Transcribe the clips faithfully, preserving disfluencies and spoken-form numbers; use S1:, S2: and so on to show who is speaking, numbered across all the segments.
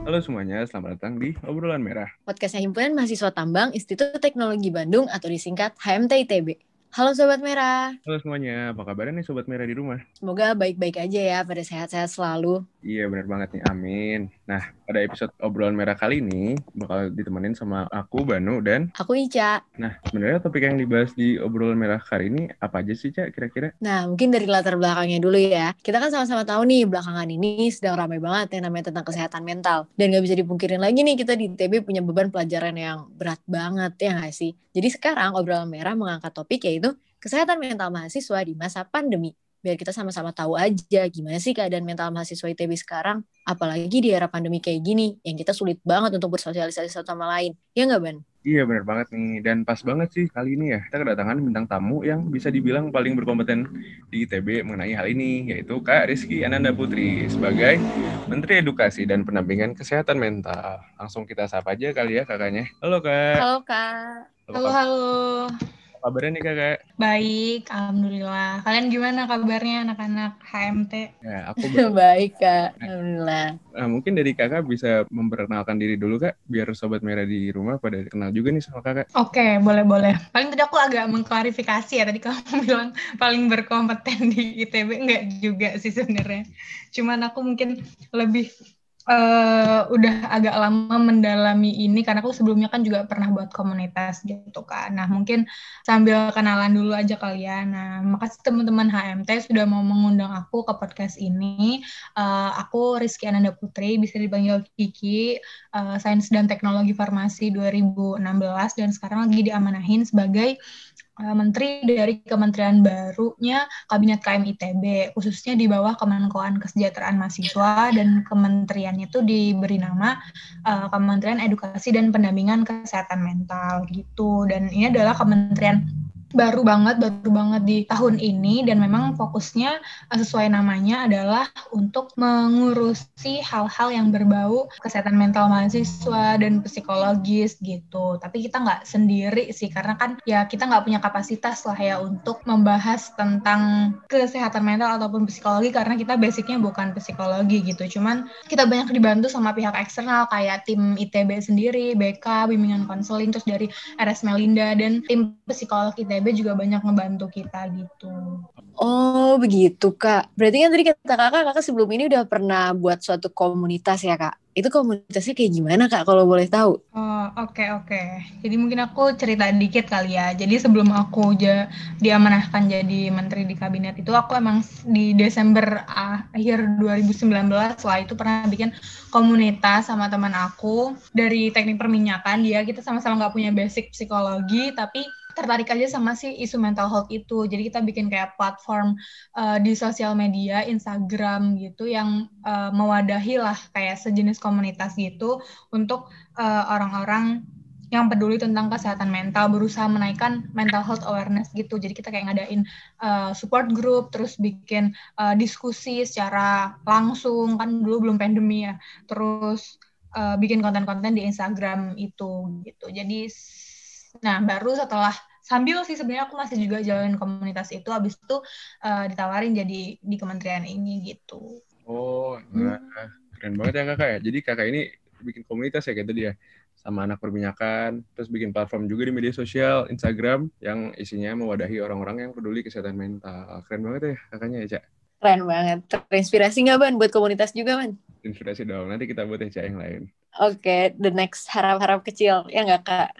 S1: Halo semuanya, selamat datang di Obrolan Merah.
S2: Podcastnya Himpunan Mahasiswa Tambang Institut Teknologi Bandung atau disingkat H M T I T B. Halo Sobat Merah.
S1: Halo semuanya, apa kabarnya nih Sobat Merah di rumah?
S2: Semoga baik-baik aja ya, pada sehat-sehat selalu.
S1: Iya benar banget nih, amin. Nah, pada episode Obrolan Merah kali ini bakal ditemenin sama aku, Banu, dan
S2: Aku Ica.
S1: Nah, sebenarnya topik yang dibahas di Obrolan Merah kali ini apa aja sih, Cak, kira-kira?
S2: Nah, mungkin dari latar belakangnya dulu ya. Kita kan sama-sama tahu nih, belakangan ini sedang ramai banget yang namanya tentang kesehatan mental. Dan gak bisa dipungkirin lagi nih, kita di I T B punya beban pelajaran yang berat banget, ya gak sih? Jadi sekarang Obrolan Merah mengangkat topik yaitu kesehatan mental mahasiswa di masa pandemi. Biar kita sama-sama tahu aja gimana sih keadaan mental mahasiswa I T B sekarang. Apalagi di era pandemi kayak gini, yang kita sulit banget untuk bersosialisasi satu sama lain. Ya nggak, Ban?
S1: Iya benar banget nih, dan pas banget sih kali ini ya, kita kedatangan bintang tamu yang bisa dibilang paling berkompeten di I T B mengenai hal ini, yaitu Kak Rizky Ananda Putri sebagai Menteri Edukasi dan Pendampingan Kesehatan Mental. Langsung kita sapa aja kali ya kakaknya. Halo Kak.
S2: Halo Kak.
S3: Halo, halo.
S1: Apa kabarnya nih kakak?
S3: Baik, alhamdulillah. Kalian gimana kabarnya anak-anak H M T?
S1: Ya, aku
S2: baik Kak, alhamdulillah.
S1: Nah, mungkin dari kakak bisa memperkenalkan diri dulu kak, biar Sobat Merah di rumah pada kenal juga nih sama kakak.
S3: Oke, boleh-boleh. Paling tadi aku agak mengklarifikasi ya, tadi kamu bilang paling berkompeten di I T B, enggak juga sih sebenarnya. Cuman aku mungkin lebih Uh, udah agak lama mendalami ini karena aku sebelumnya kan juga pernah buat komunitas gitu kan. Nah mungkin sambil kenalan dulu aja kalian. Nah makasih teman-teman H M T sudah mau mengundang aku ke podcast ini. Uh, aku Rizky Ananda Putri, bisa dipanggil Kiki, uh, Sains dan Teknologi Farmasi dua ribu enam belas dan sekarang lagi diamanahin sebagai Menteri dari Kementerian barunya Kabinet K M I T B, khususnya di bawah Kemenkoan Kesejahteraan Mahasiswa, dan kementeriannya itu diberi nama uh, Kementerian Edukasi dan Pendampingan Kesehatan Mental gitu. Dan ini adalah kementerian baru banget, baru banget di tahun ini, dan memang fokusnya sesuai namanya adalah untuk mengurusi hal-hal yang berbau kesehatan mental mahasiswa dan psikologis gitu. Tapi kita nggak sendiri sih, karena kan ya kita nggak punya kapasitas lah ya untuk membahas tentang kesehatan mental ataupun psikologi, karena kita basicnya bukan psikologi gitu. Cuman kita banyak dibantu sama pihak eksternal kayak tim I T B sendiri, B K, bimbingan konseling, terus dari R S Melinda, dan tim psikolog I T B juga banyak ngebantu kita gitu.
S2: Oh begitu Kak. Berarti kan tadi kata kakak, kakak sebelum ini udah pernah buat suatu komunitas ya Kak? Itu komunitasnya kayak gimana Kak kalau boleh tahu?
S3: Oh oke okay, oke. Okay. Jadi mungkin aku cerita dikit kali ya. Jadi sebelum aku ja, diamanahkan jadi menteri di kabinet itu, aku emang di Desember akhir dua ribu sembilan belas lah itu pernah bikin komunitas sama teman aku dari teknik perminyakan. Dia kita sama-sama nggak punya basic psikologi, tapi tertarik aja sama si isu mental health itu. Jadi kita bikin kayak platform uh, di sosial media, Instagram gitu, yang uh, mewadahi lah kayak sejenis komunitas gitu untuk uh, orang-orang yang peduli tentang kesehatan mental, berusaha menaikkan mental health awareness gitu. Jadi kita kayak ngadain uh, support group, terus bikin uh, diskusi secara langsung, kan dulu belum pandemi ya. Terus uh, bikin konten-konten di Instagram itu gitu. Jadi nah baru setelah sambil sih sebenarnya aku masih juga jalanin komunitas itu, habis itu uh, ditawarin jadi di kementerian ini gitu.
S1: Oh, nah, keren banget ya kakak ya. Jadi kakak ini bikin komunitas ya kayak tadi ya, sama anak perminyakan, terus bikin platform juga di media sosial, Instagram, yang isinya mewadahi orang-orang yang peduli kesehatan mental. Keren banget ya kakaknya ya, Cak.
S2: Keren banget. Terinspirasi nggak Ban buat komunitas juga Ban?
S1: Inspirasi dong, nanti kita buat ya Cak yang lain.
S2: Oke, okay, the next harap-harap kecil, ya nggak Kak?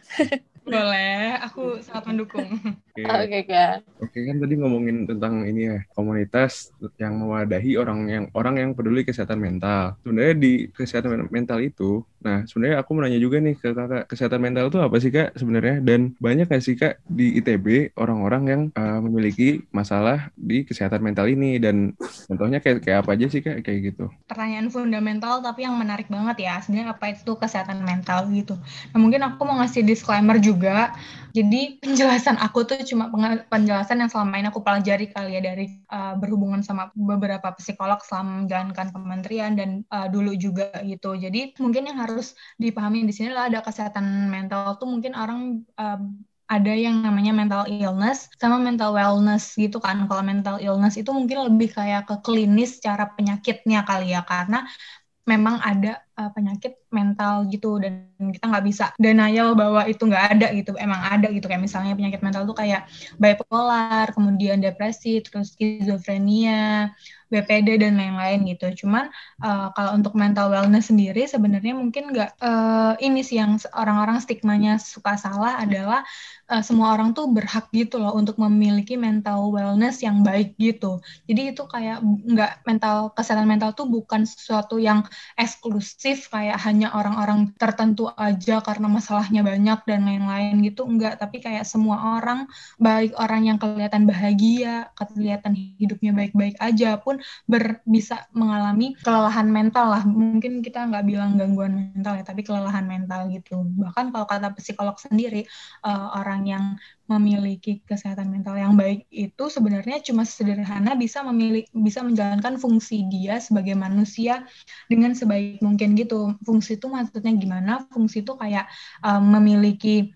S3: Boleh, aku sangat mendukung.
S1: Oke
S2: okay. okay, Kak.
S1: Oke kan tadi ngomongin tentang ini ya, komunitas yang mewadahi orang yang orang yang peduli kesehatan mental. Sebenarnya di kesehatan mental itu, nah sebenarnya aku mau nanya juga nih ke kakak, kesehatan mental itu apa sih kak sebenarnya? Dan banyak nggak sih kak di I T B orang-orang yang uh, memiliki masalah di kesehatan mental ini, dan contohnya kayak kayak apa aja sih kak kayak gitu?
S3: Pertanyaan fundamental tapi yang menarik banget ya, sebenarnya apa itu kesehatan mental gitu. Nah mungkin aku mau ngasih disclaimer juga. Jadi penjelasan aku tuh cuma penjelasan yang selama ini aku pelajari kali ya dari uh, berhubungan sama beberapa psikolog selama menjalankan kementerian dan uh, dulu juga gitu. Jadi mungkin yang harus dipahami di sini adalah ada kesehatan mental tuh mungkin orang uh, ada yang namanya mental illness sama mental wellness gitu kan. Kalau mental illness itu mungkin lebih kayak ke klinis secara penyakitnya kali ya, karena memang ada uh, penyakit mental gitu, dan kita nggak bisa denial bahwa itu nggak ada gitu, emang ada gitu. Kayak misalnya penyakit mental tuh kayak bipolar, kemudian depresi, terus skizofrenia, B P D dan lain-lain gitu. Cuman uh, kalau untuk mental wellness sendiri sebenarnya mungkin nggak uh, ini sih yang orang-orang stigmanya suka salah adalah uh, semua orang tuh berhak gitu loh untuk memiliki mental wellness yang baik gitu. Jadi itu kayak nggak, mental kesehatan mental tuh bukan sesuatu yang eksklusif kayak hanya orang-orang tertentu aja karena masalahnya banyak dan lain-lain gitu. Enggak, tapi kayak semua orang, baik orang yang kelihatan bahagia, kelihatan hidupnya baik-baik aja pun ber, bisa mengalami kelelahan mental lah. Mungkin kita nggak bilang gangguan mental ya, tapi kelelahan mental gitu. Bahkan kalau kata psikolog sendiri, uh, orang yang memiliki kesehatan mental yang baik itu sebenarnya cuma sederhana bisa memilih, bisa menjalankan fungsi dia sebagai manusia dengan sebaik mungkin gitu. Fungsi itu maksudnya gimana? Fungsi itu kayak um, memiliki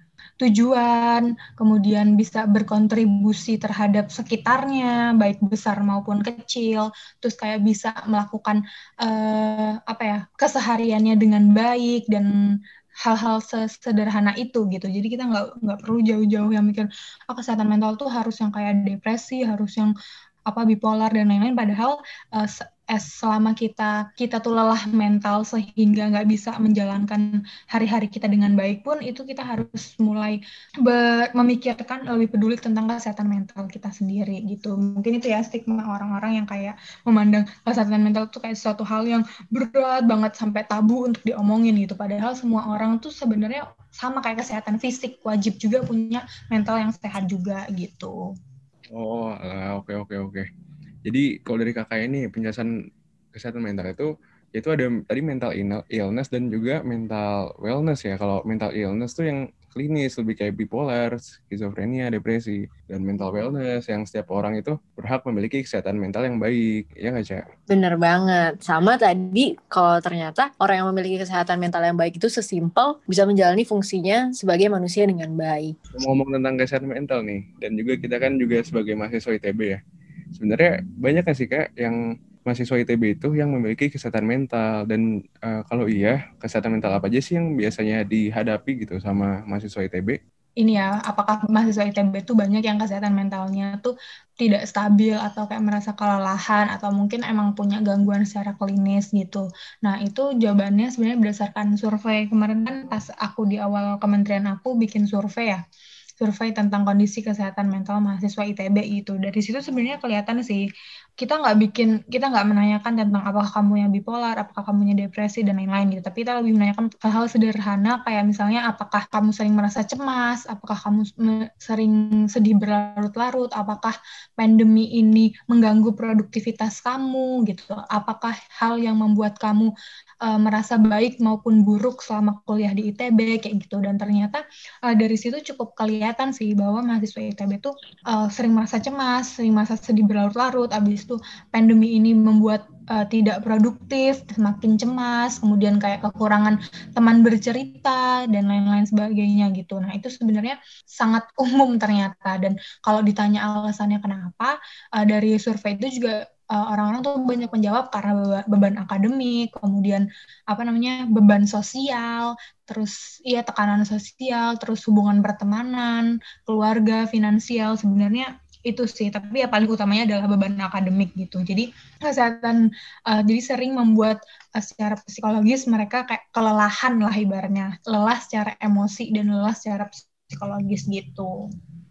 S3: tujuan, kemudian bisa berkontribusi terhadap sekitarnya, baik besar maupun kecil, terus kayak bisa melakukan uh, apa ya, kesehariannya dengan baik dan hal-hal sederhana itu gitu. Jadi kita nggak nggak perlu jauh-jauh yang mikir oh, kesehatan mental tuh harus yang kayak depresi, harus yang apa bipolar dan lain-lain. Padahal uh, es selama kita kita tuh lelah mental sehingga nggak bisa menjalankan hari-hari kita dengan baik pun, itu kita harus mulai ber, memikirkan lebih peduli tentang kesehatan mental kita sendiri gitu. Mungkin itu ya stigma orang-orang yang kayak memandang kesehatan mental tuh kayak suatu hal yang berat banget sampai tabu untuk diomongin gitu. Padahal semua orang tuh sebenarnya sama kayak kesehatan fisik, wajib juga punya mental yang sehat juga gitu.
S1: Oh, alah, oke oke oke. Jadi kalau dari kakak ini penjelasan kesehatan mental itu, itu ada tadi mental illness dan juga mental wellness ya. Kalau mental illness tuh yang klinis, lebih kayak bipolar, skizofrenia, depresi. Dan mental wellness yang setiap orang itu berhak memiliki kesehatan mental yang baik. Ya nggak, Cak?
S2: Bener banget. Sama tadi kalau ternyata orang yang memiliki kesehatan mental yang baik itu sesimpel bisa menjalani fungsinya sebagai manusia dengan baik.
S1: Ngomong tentang kesehatan mental nih, dan juga kita kan juga sebagai mahasiswa I T B ya. Sebenarnya banyak kan sih Kak yang mahasiswa I T B itu yang memiliki kesehatan mental, dan uh, kalau iya, kesehatan mental apa aja sih yang biasanya dihadapi gitu sama mahasiswa I T B?
S3: Ini ya, apakah mahasiswa I T B itu banyak yang kesehatan mentalnya tuh tidak stabil atau kayak merasa kelelahan atau mungkin emang punya gangguan secara klinis gitu. Nah, itu jawabannya sebenarnya berdasarkan survei. Kemarin kan pas aku di awal kementerian aku bikin survei ya, survei tentang kondisi kesehatan mental mahasiswa I T B itu. Dari situ sebenarnya kelihatan sih, kita nggak bikin, kita nggak menanyakan tentang apakah kamu yang bipolar, apakah kamu yang depresi, dan lain-lain gitu. Tapi kita lebih menanyakan hal-hal sederhana kayak misalnya apakah kamu sering merasa cemas, apakah kamu sering sedih berlarut-larut, apakah pandemi ini mengganggu produktivitas kamu gitu, apakah hal yang membuat kamu uh, merasa baik maupun buruk selama kuliah di I T B kayak gitu. Dan ternyata uh, dari situ cukup kelihatan sih bahwa mahasiswa I T B itu uh, sering merasa cemas, sering merasa sedih berlarut-larut, abis itu pandemi ini membuat uh, tidak produktif, semakin cemas, kemudian kayak kekurangan teman bercerita dan lain-lain sebagainya gitu. Nah, itu sebenarnya sangat umum ternyata. Dan kalau ditanya alasannya kenapa, uh, dari survei itu juga uh, orang-orang tuh banyak menjawab karena beban akademik, kemudian apa namanya beban sosial, terus ya tekanan sosial, terus hubungan pertemanan, keluarga, finansial, sebenarnya itu sih. Tapi ya paling utamanya adalah beban akademik gitu. Jadi kesehatan uh, jadi sering membuat uh, secara psikologis mereka kayak kelelahan lah ibaratnya, lelah secara emosi dan lelah secara psikologis gitu.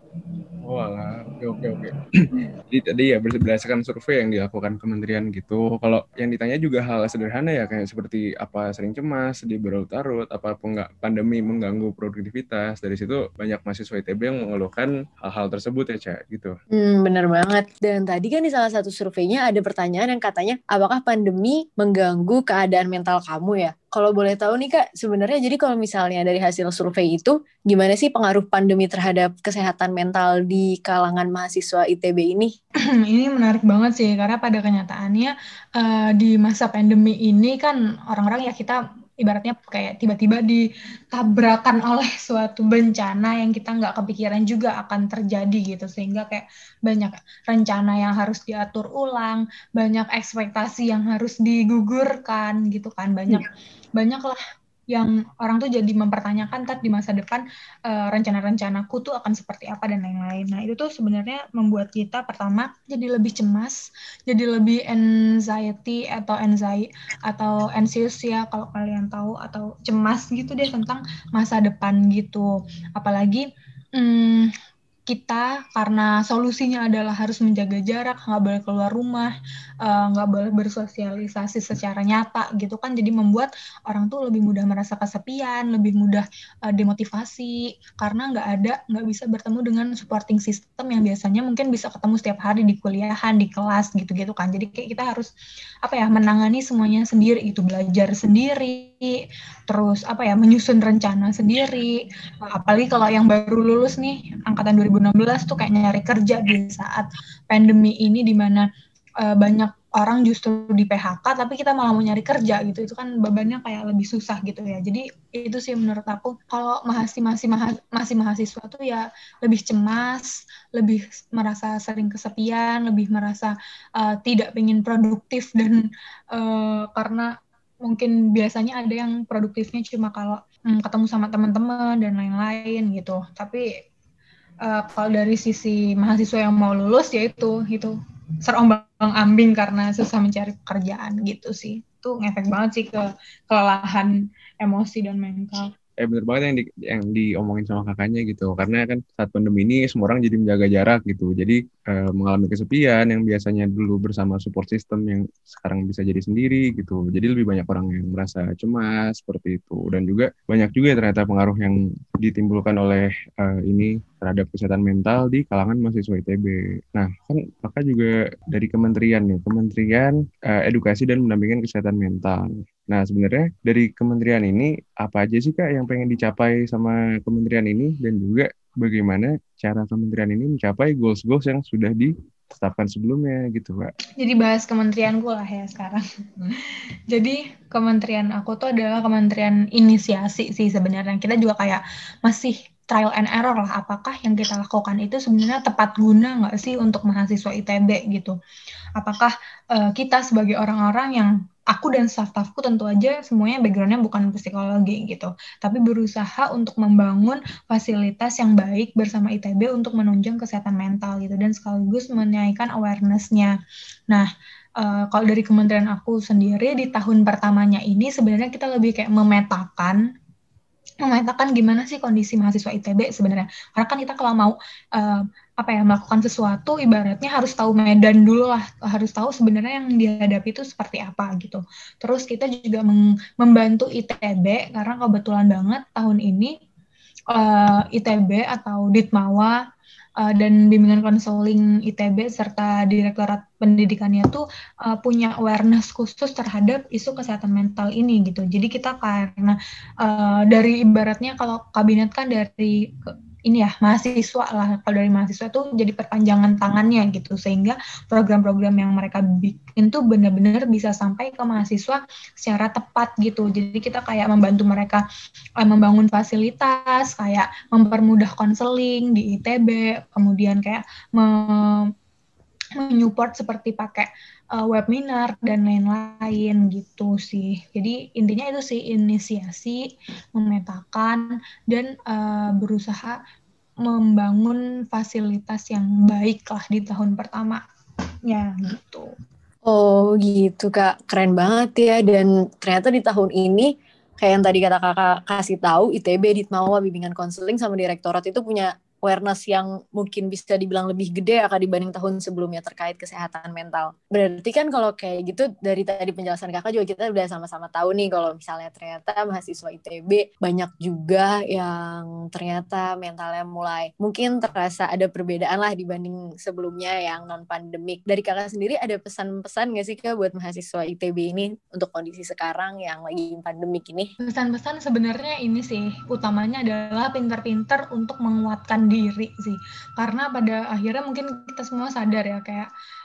S1: Oh alah, oke oke oke. Jadi tadi ya berdasarkan survei yang dilakukan kementerian gitu. Kalau yang ditanya juga hal sederhana ya, kayak seperti apa sering cemas, sedih berlarut-larut, apa enggak pandemi mengganggu produktivitas. Dari situ banyak mahasiswa I T B yang mengeluhkan hal-hal tersebut ya, Cak, gitu.
S2: Hmm, bener banget. Dan tadi kan di salah satu surveinya ada pertanyaan yang katanya, apakah pandemi mengganggu keadaan mental kamu ya? Kalau boleh tahu nih Kak, sebenarnya jadi kalau misalnya dari hasil survei itu, gimana sih pengaruh pandemi terhadap kesehatan mental di kalangan mahasiswa I T B ini?
S3: Ini menarik banget sih, karena pada kenyataannya uh, di masa pandemi ini kan orang-orang ya kita ibaratnya kayak tiba-tiba ditabrakan oleh suatu bencana yang kita nggak kepikiran juga akan terjadi gitu, sehingga kayak banyak rencana yang harus diatur ulang, banyak ekspektasi yang harus digugurkan gitu kan, banyak hmm. banyak lah yang orang tuh jadi mempertanyakan ntar di masa depan uh, rencana-rencanaku tuh akan seperti apa dan lain-lain. Nah itu tuh sebenarnya membuat kita pertama jadi lebih cemas, jadi lebih anxiety atau anxiety atau anxious ya kalau kalian tahu, atau cemas gitu deh tentang masa depan gitu. Apalagi hmm, kita karena solusinya adalah harus menjaga jarak, nggak boleh keluar rumah, nggak uh, boleh bersosialisasi secara nyata gitu kan, jadi membuat orang tuh lebih mudah merasa kesepian, lebih mudah uh, demotivasi karena nggak ada, nggak bisa bertemu dengan supporting system yang biasanya mungkin bisa ketemu setiap hari di kuliahan, di kelas gitu-gitu kan. Jadi kayak kita harus apa ya menangani semuanya sendiri gitu, belajar sendiri, terus apa ya menyusun rencana sendiri. Apalagi kalau yang baru lulus nih angkatan dua ribu enam belas tuh kayak nyari kerja di saat pandemi ini, di mana uh, banyak orang justru di P H K tapi kita malah mau nyari kerja gitu, itu kan bebannya kayak lebih susah gitu ya. Jadi itu sih menurut aku, kalau masih masih masih mahasiswa tuh ya lebih cemas, lebih merasa sering kesepian, lebih merasa uh, tidak ingin produktif, dan uh, karena mungkin biasanya ada yang produktifnya cuma kalau hmm, ketemu sama teman-teman dan lain-lain gitu. Tapi uh, kalau dari sisi mahasiswa yang mau lulus ya itu itu serombang-ambing karena susah mencari pekerjaan gitu sih. Itu ngefek banget sih ke kelelahan emosi dan mental.
S1: Eh bener banget yang di, yang diomongin sama kakaknya gitu, karena kan saat pandemi ini semua orang jadi menjaga jarak gitu, jadi eh, mengalami kesepian yang biasanya dulu bersama support system yang sekarang bisa jadi sendiri gitu, jadi lebih banyak orang yang merasa cemas seperti itu, dan juga banyak juga ternyata pengaruh yang ditimbulkan oleh eh, ini terhadap kesehatan mental di kalangan mahasiswa I T B. Nah kan kakak juga dari kementerian nih, Kementerian eh, Edukasi dan Pendampingan Kesehatan Mental. Nah, sebenarnya dari kementerian ini apa aja sih Kak yang pengen dicapai sama kementerian ini, dan juga bagaimana cara kementerian ini mencapai goals-goals yang sudah ditetapkan sebelumnya gitu Kak.
S3: Jadi bahas kementerianku lah ya sekarang. Jadi kementerian aku tuh adalah kementerian inisiasi sih sebenarnya. Kita juga kayak masih trial and error lah, apakah yang kita lakukan itu sebenarnya tepat guna nggak sih untuk mahasiswa I T B gitu. Apakah uh, kita sebagai orang-orang yang, aku dan staff-staffku tentu aja semuanya background-nya bukan psikologi gitu, tapi berusaha untuk membangun fasilitas yang baik bersama I T B untuk menunjang kesehatan mental gitu, dan sekaligus menaikkan awareness-nya. Nah, uh, kalau dari kementerian aku sendiri di tahun pertamanya ini sebenarnya kita lebih kayak memetakan memetakan gimana sih kondisi mahasiswa I T B sebenarnya. Karena kan kita kalau mau uh, apa ya melakukan sesuatu ibaratnya harus tahu medan dulu lah, harus tahu sebenarnya yang dihadapi itu seperti apa gitu. Terus kita juga meng- membantu I T B karena kebetulan banget tahun ini uh, I T B atau Ditmawa uh, dan bimbingan konseling I T B serta Direktorat Pendidikannya tuh uh, punya awareness khusus terhadap isu kesehatan mental ini gitu. Jadi kita karena uh, dari ibaratnya kalau kabinet kan dari ini ya mahasiswa lah, kalau dari mahasiswa tuh jadi perpanjangan tangannya gitu, sehingga program-program yang mereka bikin tuh benar-benar bisa sampai ke mahasiswa secara tepat gitu. Jadi kita kayak membantu mereka uh, membangun fasilitas, kayak mempermudah konseling di I T B, kemudian kayak me- menyupport seperti pakai uh, webinar dan lain-lain gitu sih. Jadi intinya itu sih, inisiasi, memetakan, dan uh, berusaha membangun fasilitas yang baik lah di tahun pertamanya gitu.
S2: Oh gitu Kak, keren banget ya. Dan ternyata di tahun ini kayak yang tadi kata kakak kasih tahu, I T B, Ditmawa, bimbingan konseling sama direktorat itu punya awareness yang mungkin bisa dibilang lebih gede ya Kak dibanding tahun sebelumnya terkait kesehatan mental. Berarti kan kalau kayak gitu dari tadi penjelasan kakak juga kita udah sama-sama tahu nih kalau misalnya ternyata mahasiswa I T B banyak juga yang ternyata mentalnya mulai mungkin terasa ada perbedaan lah dibanding sebelumnya yang non-pandemik. Dari kakak sendiri ada pesan-pesan nggak sih Kak buat mahasiswa I T B ini untuk kondisi sekarang yang lagi pandemik ini?
S3: Pesan-pesan sebenarnya ini sih, utamanya adalah pintar-pintar untuk menguatkan diri sih. Karena pada akhirnya mungkin kita semua sadar ya, kayak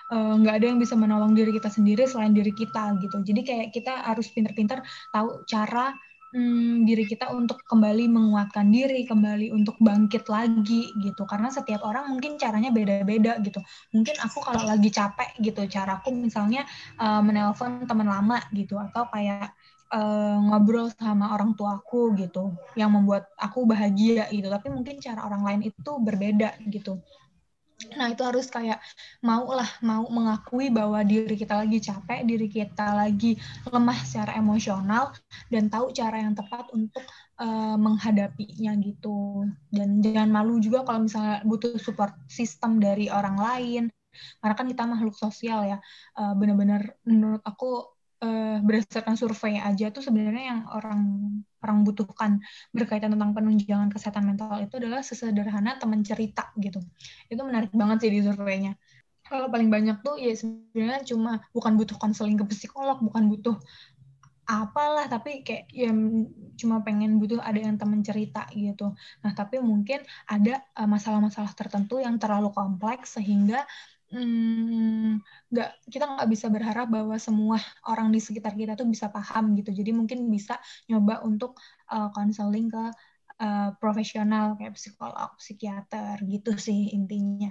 S3: uh, nggak ada yang bisa menolong diri kita sendiri selain diri kita gitu. Jadi kayak kita harus pintar-pintar tahu cara Hmm, diri kita untuk kembali menguatkan diri, kembali untuk bangkit lagi gitu. Karena setiap orang mungkin caranya beda-beda gitu. Mungkin aku kalau lagi capek gitu, caraku misalnya uh, menelpon teman lama gitu, atau kayak uh, ngobrol sama orang tuaku gitu, yang membuat aku bahagia gitu. Tapi mungkin cara orang lain itu berbeda gitu. Nah itu harus kayak mau lah, mau mengakui bahwa diri kita lagi capek, diri kita lagi lemah secara emosional, dan tahu cara yang tepat untuk uh, menghadapinya gitu. Dan jangan malu juga kalau misalnya butuh support system dari orang lain, karena kan kita makhluk sosial ya. Uh, benar-benar menurut aku uh, berdasarkan survei aja tuh sebenarnya yang orang orang butuhkan berkaitan tentang penunjangan kesehatan mental itu adalah sesederhana teman cerita gitu. Itu menarik banget sih di surveinya. Kalau paling banyak tuh ya sebenarnya cuma bukan butuh konseling ke psikolog, bukan butuh apalah, tapi kayak ya cuma pengen butuh ada yang teman cerita gitu. Nah, tapi mungkin ada uh, masalah-masalah tertentu yang terlalu kompleks sehingga hmm, nggak kita nggak bisa berharap bahwa semua orang di sekitar kita tuh bisa paham gitu. Jadi mungkin bisa nyoba untuk konseling uh, ke uh, profesional kayak psikolog, psikiater gitu sih intinya.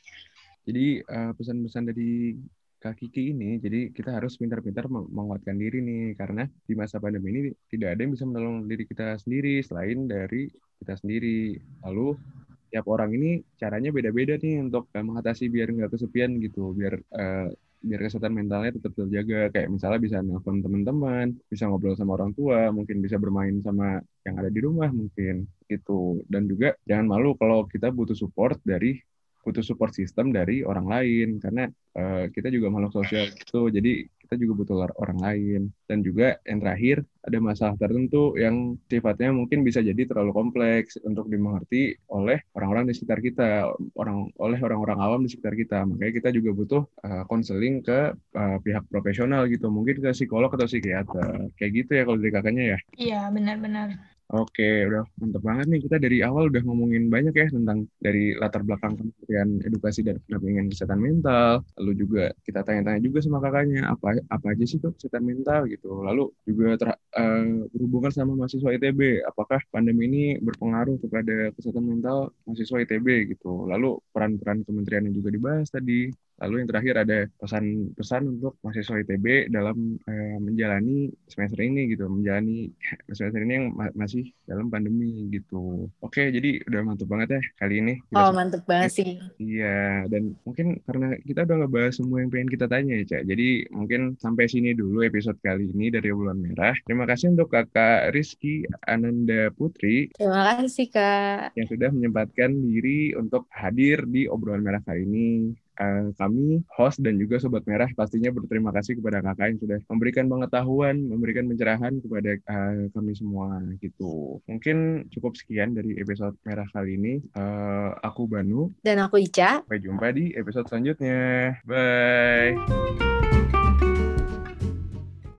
S1: Jadi uh, pesan-pesan dari Kak Kiki ini, jadi kita harus pintar-pintar menguatkan diri nih, karena di masa pandemi ini tidak ada yang bisa menolong diri kita sendiri selain dari kita sendiri. Lalu tiap orang ini caranya beda-beda nih untuk uh, mengatasi biar nggak kesepian gitu, biar uh, biar kesehatan mentalnya tetap terjaga. Kayak misalnya bisa nelfon teman-teman, bisa ngobrol sama orang tua, mungkin bisa bermain sama yang ada di rumah mungkin gitu. Dan juga jangan malu kalau kita butuh support dari butuh support system dari orang lain, karena uh, kita juga makhluk sosial gitu, jadi kita juga butuh orang lain. Dan juga yang terakhir, ada masalah tertentu yang sifatnya mungkin bisa jadi terlalu kompleks untuk dimengerti oleh orang-orang di sekitar kita, orang oleh orang-orang awam di sekitar kita. Makanya kita juga butuh konseling uh, ke uh, pihak profesional gitu, mungkin ke psikolog atau psikiater. Kayak gitu ya kalau dari kakaknya ya?
S3: Iya, benar-benar.
S1: Oke, udah mantep banget nih. Kita dari awal udah ngomongin banyak ya tentang dari latar belakang Kementerian Edukasi dan Pendampingan Kesehatan Mental. Lalu juga kita tanya-tanya juga sama kakaknya, apa apa aja sih tuh kesehatan mental gitu. Lalu juga ter, uh, berhubungan sama mahasiswa I T B. Apakah pandemi ini berpengaruh kepada kesehatan mental mahasiswa I T B gitu. Lalu peran-peran kementerian yang juga dibahas tadi. Lalu yang terakhir ada pesan-pesan untuk mahasiswa I T B dalam uh, menjalani semester ini gitu, menjalani semester ini yang ma- masih dalam pandemi gitu. Oke, jadi udah mantep banget ya kali ini. Kita
S2: Oh,
S1: sem-
S2: mantep banget sih.
S1: Iya, dan mungkin karena kita udah ngebahas semua yang pengen kita tanya ya, Cak. Jadi mungkin sampai sini dulu episode kali ini dari Obrolan Merah. Terima kasih untuk Kakak Rizky Ananda Putri
S2: Terima kasih, Kak.
S1: yang sudah menyempatkan diri untuk hadir di Obrolan Merah kali ini. Uh, kami, host dan juga Sobat Merah, pastinya berterima kasih kepada kakak yang sudah memberikan pengetahuan, memberikan pencerahan kepada uh, kami semua gitu. Mungkin cukup sekian dari episode Merah kali ini. Uh, aku Banu.
S2: Dan aku Ica.
S1: Sampai jumpa di episode selanjutnya. Bye!